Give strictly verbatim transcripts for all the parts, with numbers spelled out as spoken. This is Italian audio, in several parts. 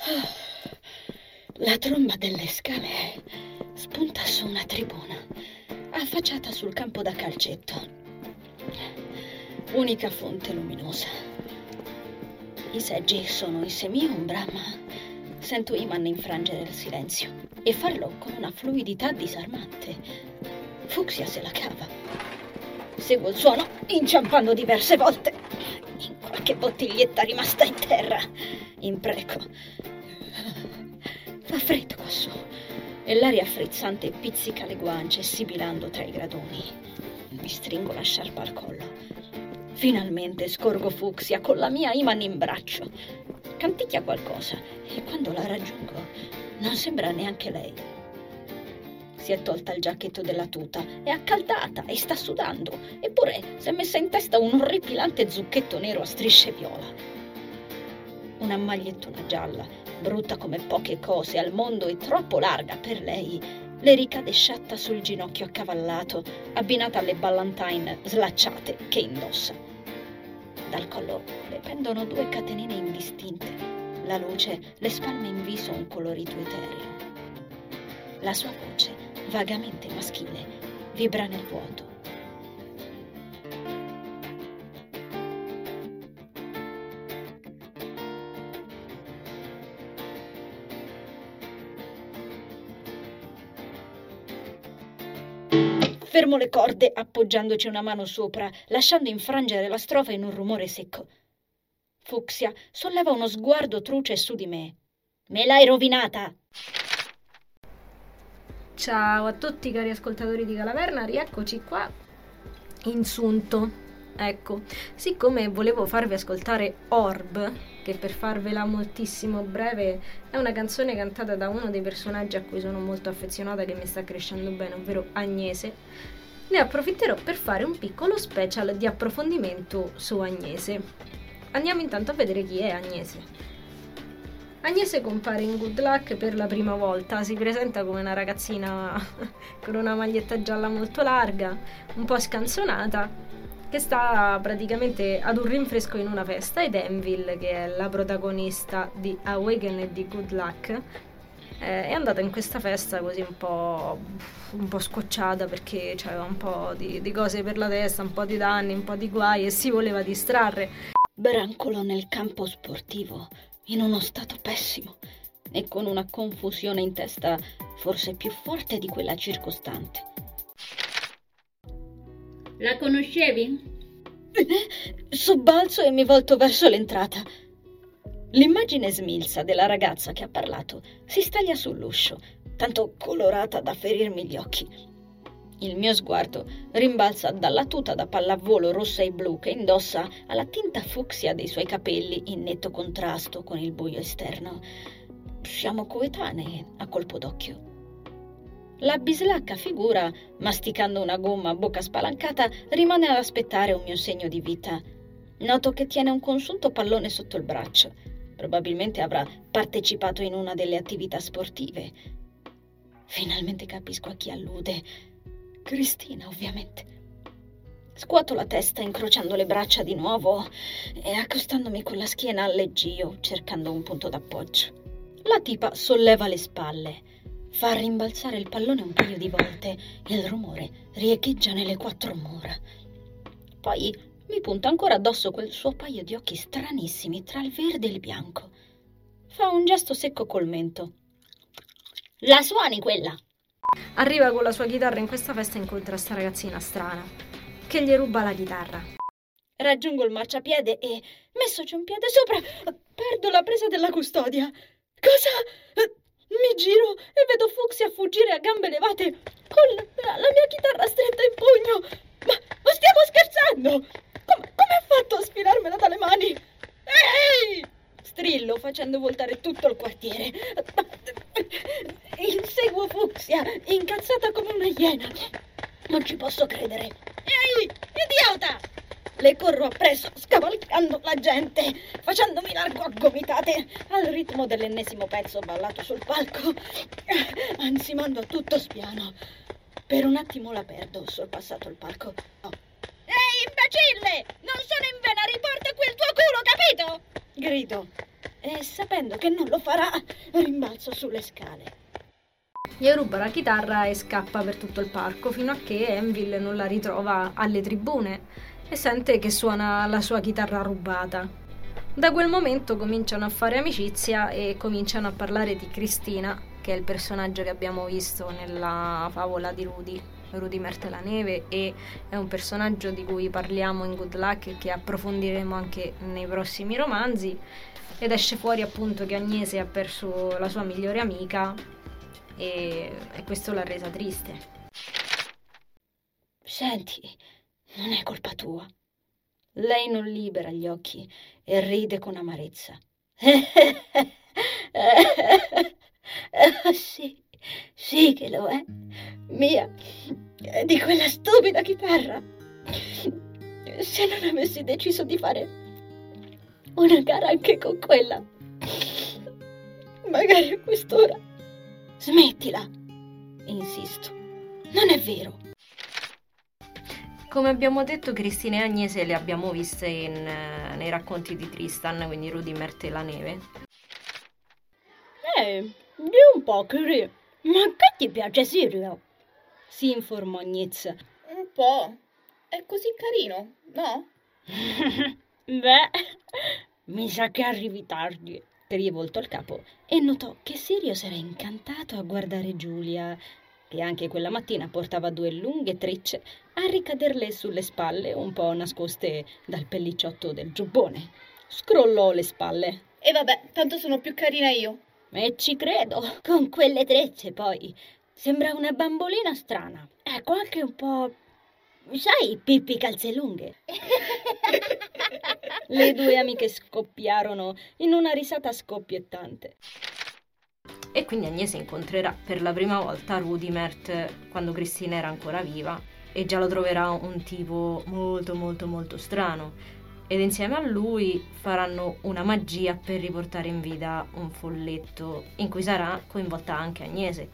La tromba delle scale spunta su una tribuna affacciata sul campo da calcetto. Unica fonte luminosa. I seggi sono in semiombra, ma sento Iman infrangere il silenzio e farlo con una fluidità disarmante. Fucsia se la cava. Seguo il suono, inciampando diverse volte in qualche bottiglietta rimasta in terra. Impreco. Fa freddo quassù e l'aria frizzante pizzica le guance, sibilando tra i gradoni. Mi stringo la sciarpa al collo. Finalmente scorgo Fucsia con la mia Iman in braccio. Canticchia qualcosa e quando la raggiungo non sembra neanche lei. Si è tolta il giacchetto della tuta, è accaldata e sta sudando, eppure si è messa in testa un orripilante zucchetto nero a strisce viola. Una magliettona gialla, brutta come poche cose al mondo e troppo larga per lei, le ricade sciatta sul ginocchio accavallato, abbinata alle ballantine slacciate che indossa. Dal collo le pendono due catenine indistinte, la luce le spalma in viso un colorito etereo. La sua voce, vagamente maschile, vibra nel vuoto. Fermo le corde appoggiandoci una mano sopra, lasciando infrangere la strofa in un rumore secco. Fucsia solleva uno sguardo truce su di me. Me l'hai rovinata! Ciao a tutti cari ascoltatori di Calaverna, rieccoci qua in sunto. Ecco, siccome volevo farvi ascoltare Orb, che per farvela moltissimo breve è una canzone cantata da uno dei personaggi a cui sono molto affezionata, che mi sta crescendo bene, ovvero Agnese, ne approfitterò per fare un piccolo special di approfondimento su Agnese. Andiamo intanto a vedere chi è Agnese. Agnese compare in Good Luck per la prima volta, si presenta come una ragazzina con una maglietta gialla molto larga, un po' scanzonata, che sta praticamente ad un rinfresco in una festa, ed Envil, che è la protagonista di Awaken e di Good Luck, eh, è andata in questa festa così un po', un po' scocciata, perché c'aveva un po' di, di cose per la testa, un po' di danni, un po' di guai, e si voleva distrarre. Brancolo nel campo sportivo, in uno stato pessimo e con una confusione in testa forse più forte di quella circostante. La conoscevi? Sobbalzo e mi volto verso l'entrata. L'immagine smilza della ragazza che ha parlato si staglia sull'uscio, tanto colorata da ferirmi gli occhi. Il mio sguardo rimbalza dalla tuta da pallavolo rossa e blu che indossa alla tinta fucsia dei suoi capelli in netto contrasto con il buio esterno. Siamo coetanee a colpo d'occhio. La bislacca figura, masticando una gomma a bocca spalancata, rimane ad aspettare un mio segno di vita. Noto che tiene un consunto pallone sotto il braccio. Probabilmente avrà partecipato in una delle attività sportive. Finalmente capisco a chi allude. Cristina, ovviamente. Scuoto la testa incrociando le braccia di nuovo e accostandomi con la schiena al leggio, cercando un punto d'appoggio. La tipa solleva le spalle. Fa rimbalzare il pallone un paio di volte e il rumore riecheggia nelle quattro mura. Poi mi punta ancora addosso quel suo paio di occhi stranissimi tra il verde e il bianco. Fa un gesto secco col mento. La suoni quella? Arriva con la sua chitarra in questa festa e incontra sta ragazzina strana che gli ruba la chitarra. Raggiungo il marciapiede e, messoci un piede sopra, perdo la presa della custodia. Cosa? Mi giro e vedo Fucsia fuggire a gambe levate con la, la mia chitarra stretta in pugno. Ma, ma stiamo scherzando? Come, come ha fatto a sfilarmela dalle mani? Ehi! Strillo facendo voltare tutto il quartiere. Inseguo Fucsia, incazzata come una iena. Non ci posso credere. Ehi, idiota! Le corro appresso, scavalcando la gente, facendomi largo a gomitate al ritmo dell'ennesimo pezzo ballato sul palco, ansimando a tutto spiano. Per un attimo la perdo, sorpassato il palco. Oh. Ehi, imbecille! Non sono in vena, riporta quel tuo culo, capito? Grido. e sapendo che non lo farà, rimbalzo sulle scale. Gli ruba la chitarra e scappa per tutto il parco fino a che Anvil non la ritrova alle tribune e sente che suona la sua chitarra rubata. Da quel momento cominciano a fare amicizia e cominciano a parlare di Cristina, che è il personaggio che abbiamo visto nella favola di Rudy, Rudy Mert e la neve, e è un personaggio di cui parliamo in Good Luck e che approfondiremo anche nei prossimi romanzi, ed esce fuori appunto che Agnese ha perso la sua migliore amica e, e questo l'ha resa triste. Senti, non è colpa tua. Lei non libera gli occhi e ride con amarezza. Sì, sì che lo è. Mia, di quella stupida chitarra. Se non avessi deciso di fare una gara anche con quella, magari a quest'ora. Smettila, insisto. Non è vero. Come abbiamo detto, Cristina e Agnese le abbiamo viste in, eh, nei racconti di Tristan, quindi Rudy Mert e la neve. Eh, di un po', Cri. Ma che ti piace, Sirio? Si informò Agnese. Un po'. È così carino, no? Beh, mi sa che arrivi tardi. Rivoltò il capo e notò che Sirio s'era incantato a guardare Giulia, che anche quella mattina portava due lunghe trecce a ricaderle sulle spalle, un po' nascoste dal pellicciotto del giubbone. Scrollò le spalle. E vabbè, tanto sono più carina io. E ci credo, con quelle trecce poi. Sembra una bambolina strana. Ecco, anche un po'... sai, Pippi calze lunghe. Le due amiche scoppiarono in una risata scoppiettante. E quindi Agnese incontrerà per la prima volta Rudy Mert quando Cristina era ancora viva e già lo troverà un tipo molto molto molto strano, ed insieme a lui faranno una magia per riportare in vita un folletto in cui sarà coinvolta anche Agnese.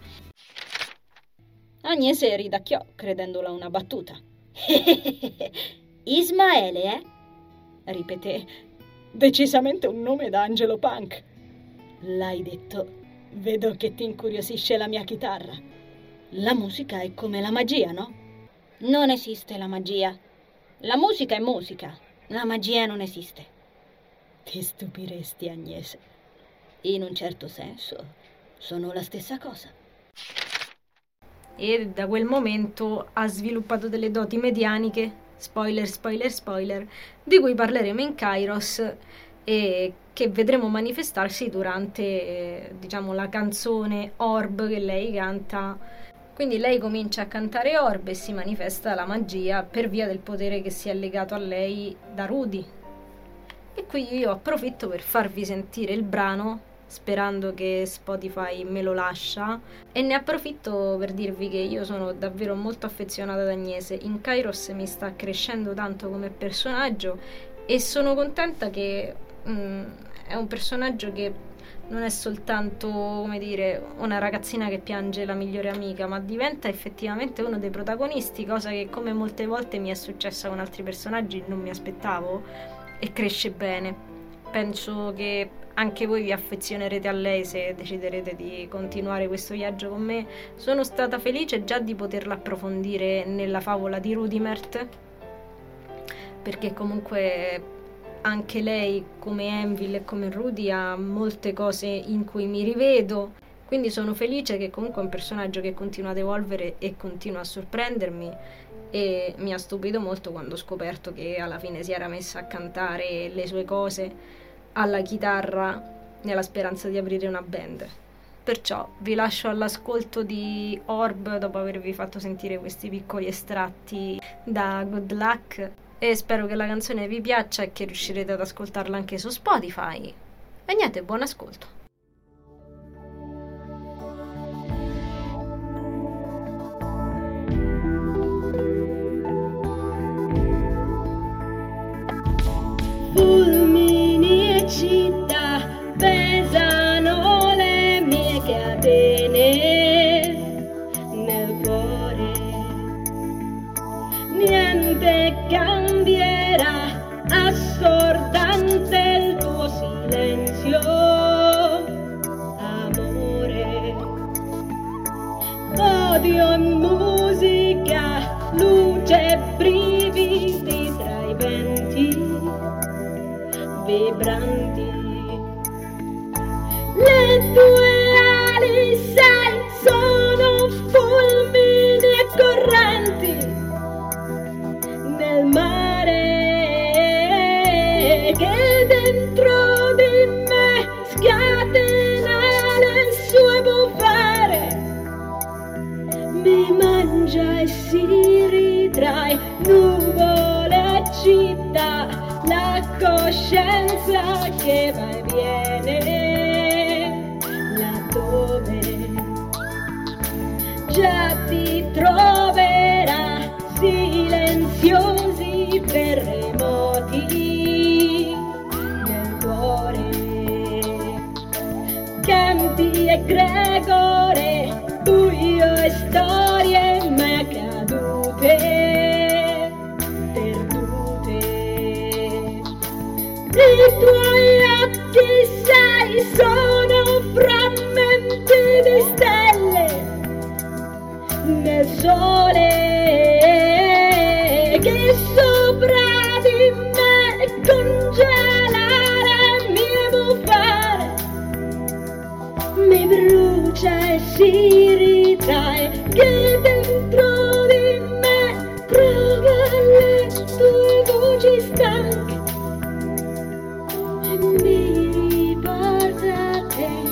Agnese ridacchiò credendola una battuta. Ismaele, eh? Ripeté, decisamente un nome da Angelo Punk. L'hai detto, vedo che ti incuriosisce la mia chitarra. La musica è come la magia, no? Non esiste la magia. La musica è musica, la magia non esiste. Ti stupiresti, Agnese. In un certo senso, sono la stessa cosa. E da quel momento ha sviluppato delle doti medianiche, spoiler, spoiler, spoiler, di cui parleremo in Kairos e che vedremo manifestarsi durante, eh, diciamo, la canzone Orb che lei canta. Quindi lei comincia a cantare Orb e si manifesta la magia per via del potere che si è legato a lei da Rudy. E qui io approfitto per farvi sentire il brano, sperando che Spotify me lo lascia, e ne approfitto per dirvi che io sono davvero molto affezionata ad Agnese. In Kairos mi sta crescendo tanto come personaggio e sono contenta che mm, è un personaggio che non è soltanto, come dire, una ragazzina che piange la migliore amica, ma diventa effettivamente uno dei protagonisti, cosa che come molte volte mi è successa con altri personaggi non mi aspettavo, e cresce bene. Penso che anche voi vi affezionerete a lei se deciderete di continuare questo viaggio con me. Sono stata felice già di poterla approfondire nella favola di Rudy Mert, perché comunque anche lei, come Anvil e come Rudy, ha molte cose in cui mi rivedo, quindi sono felice che comunque è un personaggio che continua ad evolvere e continua a sorprendermi, e mi ha stupito molto quando ho scoperto che alla fine si era messa a cantare le sue cose alla chitarra nella speranza di aprire una band. Perciò vi lascio all'ascolto di Orb dopo avervi fatto sentire questi piccoli estratti da Good Luck, e spero che la canzone vi piaccia e che riuscirete ad ascoltarla anche su Spotify. E niente, buon ascolto. Fulmini e città pesano le mie catene nel cuore. Niente cambierà, assordante il tuo silenzio. silenzio, amore, odio e musica, luce e brividi tra i venti vibranti. Le tue ali, sai, sono fulmini e correnti nel mare che dentro di me scatena le sue bufere, mi mangia e si ritrae, nuvole e città, la coscienza che va e viene, laddove già ti troverà silenziosi terremoti nel cuore, canti e gregore, buio e storie mai accadute, perdute. I tuoi occhi, sai, sono frammenti di stelle nel sole che sopra di me congela le mie bufere, mi brucia e si ritrae, che dentro di me trova le tue voci stanche e mi riporta a te.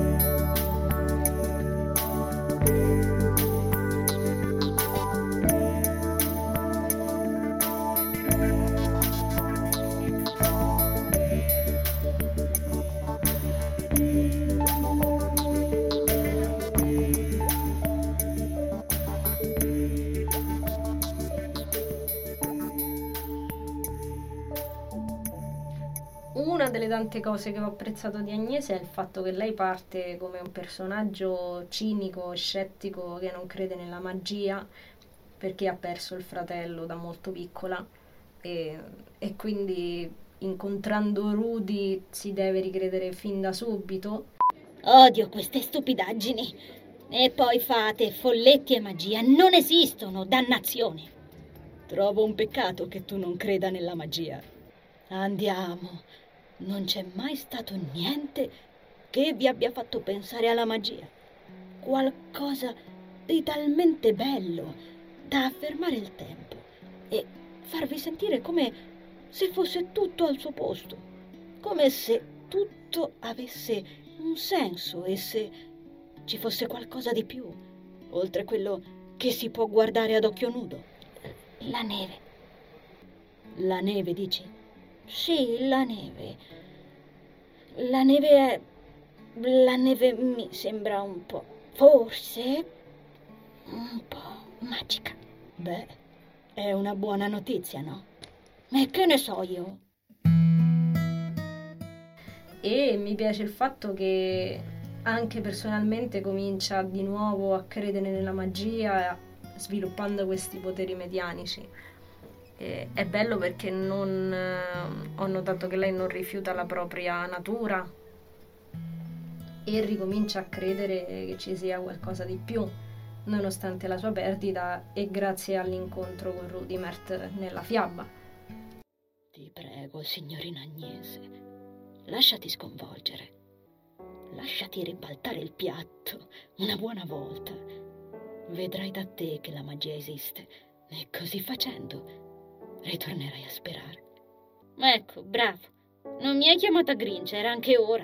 Una delle tante cose che ho apprezzato di Agnese è il fatto che lei parte come un personaggio cinico, scettico, che non crede nella magia perché ha perso il fratello da molto piccola e, e quindi incontrando Rudy si deve ricredere fin da subito. Odio queste stupidaggini. E poi fate, folletti e magia non esistono, dannazione. Trovo un peccato che tu non creda nella magia. Andiamo. Non c'è mai stato niente che vi abbia fatto pensare alla magia. Qualcosa di talmente bello da fermare il tempo e farvi sentire come se fosse tutto al suo posto, come se tutto avesse un senso e se ci fosse qualcosa di più, oltre quello che si può guardare ad occhio nudo. La neve. La neve, dici? Sì, la neve. La neve è... La neve mi sembra un po'... Forse... un po' magica. Beh, è una buona notizia, no? E che ne so io? E mi piace il fatto che anche personalmente comincia di nuovo a credere nella magia sviluppando questi poteri medianici. E è bello perché non eh, ho notato che lei non rifiuta la propria natura e ricomincia a credere che ci sia qualcosa di più nonostante la sua perdita e grazie all'incontro con Rudimert nella fiaba. Ti prego, signorina Agnese, lasciati sconvolgere. Lasciati ribaltare il piatto una buona volta. Vedrai da te che la magia esiste e così facendo ritornerai a sperare. Ecco, bravo. Non mi hai chiamata Grinch, era anche ora.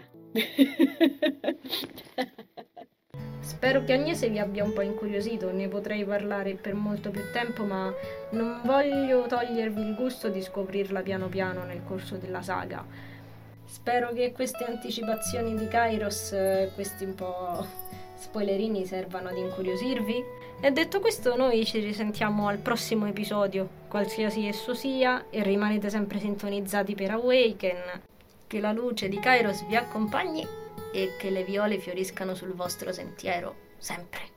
Spero che Agnese vi abbia un po' incuriosito, ne potrei parlare per molto più tempo, ma non voglio togliervi il gusto di scoprirla piano piano nel corso della saga. Spero che queste anticipazioni di Kairos, questi un po' spoilerini, servano ad incuriosirvi. E detto questo, noi ci risentiamo al prossimo episodio, qualsiasi esso sia, e rimanete sempre sintonizzati per Awaken. Che la luce di Kairos vi accompagni e che le viole fioriscano sul vostro sentiero, sempre.